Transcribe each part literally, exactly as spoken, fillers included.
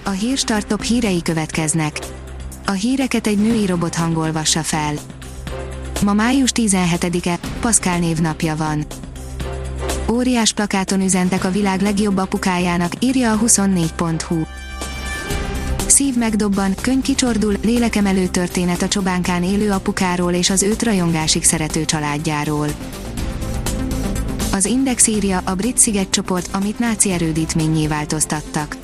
A Hírstart top hírei következnek. A híreket egy női robot olvassa fel. Ma május tizenhetedike, Paszkál névnapja van. Óriás plakáton üzentek a világ legjobb apukájának, írja a huszonnégy pont hu. Szív megdobban, könny kicsordul, lélekemelő történet a Csobánkán élő apukáról és az őt rajongásig szerető családjáról. Az Index írja, a brit szigetcsoport, amit náci erődítménnyé változtattak.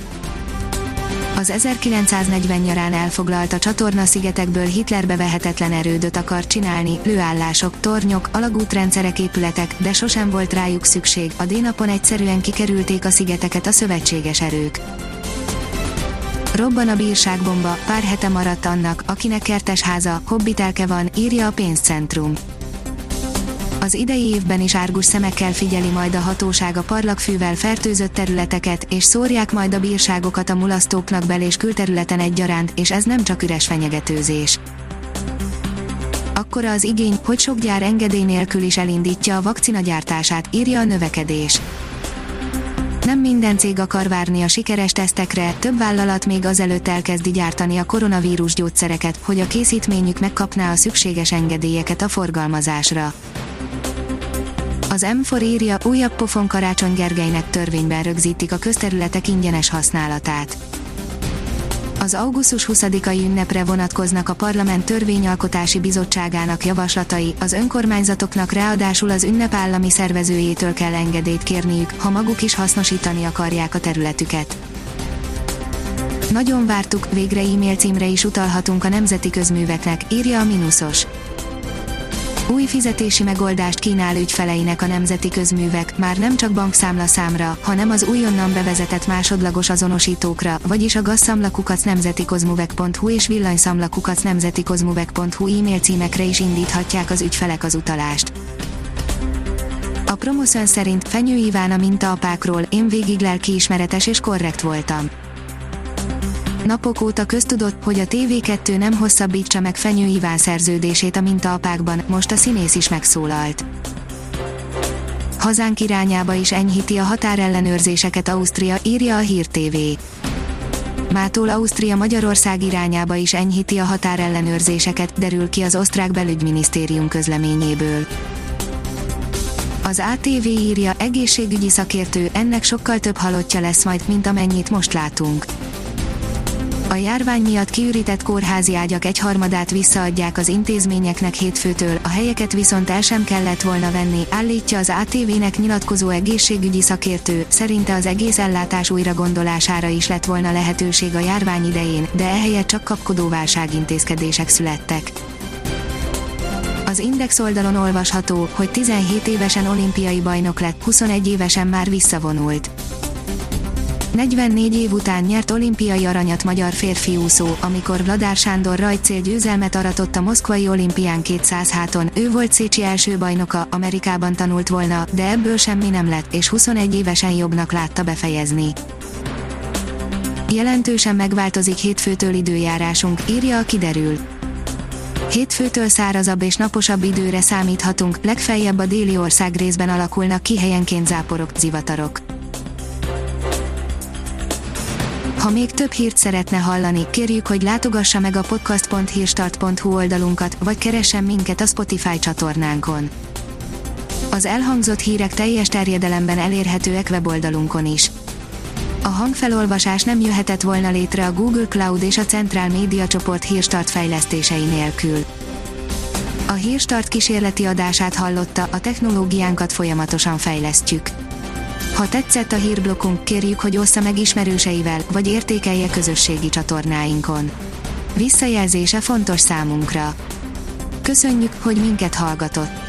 Az ezerkilencszáznegyven nyarán elfoglalt a csatorna-szigetekből Hitler bevehetetlen erődöt akar csinálni, lőállások, tornyok, alagútrendszerek, épületek, de sosem volt rájuk szükség, a D-napon egyszerűen kikerülték a szigeteket a szövetséges erők. Robban a bírságbomba, pár hete maradt annak, akinek kertes háza, hobbitelke van, írja a Pénzcentrum. Az idei évben is árgus szemekkel figyeli majd a hatóság a parlagfűvel fertőzött területeket, és szórják majd a bírságokat a mulasztóknak bel- és külterületen egyaránt, és ez nem csak üres fenyegetőzés. Akkora az igény, hogy sok gyár engedély nélkül is elindítja a vakcina gyártását, írja a Növekedés. Nem minden cég akar várni a sikeres tesztekre, több vállalat még azelőtt elkezdi gyártani a koronavírus gyógyszereket, hogy a készítményük megkapná a szükséges engedélyeket a forgalmazásra. Az M négy írja, újabb pofon Karácsony Gergelynek, törvényben rögzítik a közterületek ingyenes használatát. Az augusztus huszadikai ünnepre vonatkoznak a Parlament Törvényalkotási Bizottságának javaslatai, az önkormányzatoknak ráadásul az ünnep állami szervezőjétől kell engedélyt kérniük, ha maguk is hasznosítani akarják a területüket. Nagyon vártuk, végre e-mail címre is utalhatunk a nemzeti közműveknek, írja a Minusos. Új fizetési megoldást kínál ügyfeleinek a nemzeti közművek, már nem csak bankszámla számra, hanem az újonnan bevezetett másodlagos azonosítókra, vagyis a gazszámlakukac nemzetikozmuvek pont hu és villanyszámlakukac nemzetikozmuvek pont hu e-mail címekre is indíthatják az ügyfelek az utalást. A Promoszön szerint Fenyő Iván a mintaapákról, én végig lelkiismeretes és korrekt voltam. Napok óta köztudott, hogy a té vé kettő nem hosszabbítsa meg Fenyő Iván szerződését a mintaapákban, most a színész is megszólalt. Hazánk irányába is enyhíti a határellenőrzéseket Ausztria, írja a Hír té vé. Mától Ausztria Magyarország irányába is enyhíti a határellenőrzéseket, derül ki az osztrák belügyminisztérium közleményéből. Az á té vé írja, egészségügyi szakértő, ennek sokkal több halottja lesz majd, mint amennyit most látunk. A járvány miatt kiürített kórházi ágyak egyharmadát visszaadják az intézményeknek hétfőtől, a helyeket viszont el sem kellett volna venni, állítja az á té vének nyilatkozó egészségügyi szakértő, szerinte az egész ellátás újragondolására is lett volna lehetőség a járvány idején, de ehelyett csak kapkodó válságintézkedések születtek. Az Index oldalon olvasható, hogy tizenhét évesen olimpiai bajnok lett, huszonegy évesen már visszavonult. negyvennégy év után nyert olimpiai aranyat magyar férfi úszó, amikor Vladár Sándor rajtcél győzelmet aratott a moszkvai olimpián kétszáz háton, ő volt Szécsi első bajnoka, Amerikában tanult volna, de ebből semmi nem lett, és huszonegy évesen jobbnak látta befejezni. Jelentősen megváltozik hétfőtől időjárásunk, írja a Kiderül. Hétfőtől szárazabb és naposabb időre számíthatunk, legfeljebb a déli ország részben alakulnak ki helyenként záporok, zivatarok. Ha még több hírt szeretne hallani, kérjük, hogy látogassa meg a podcast pont hírstart pont hu oldalunkat, vagy keressen minket a Spotify csatornánkon. Az elhangzott hírek teljes terjedelemben elérhetőek weboldalunkon is. A hangfelolvasás nem jöhetett volna létre a Google Cloud és a Centrál Média Csoport Hírstart fejlesztései nélkül. A Hírstart kísérleti adását hallotta, a technológiánkat folyamatosan fejlesztjük. Ha tetszett a hírblokkunk, kérjük, hogy ossza meg ismerőseivel, vagy értékelje közösségi csatornáinkon. Visszajelzése fontos számunkra. Köszönjük, hogy minket hallgatott!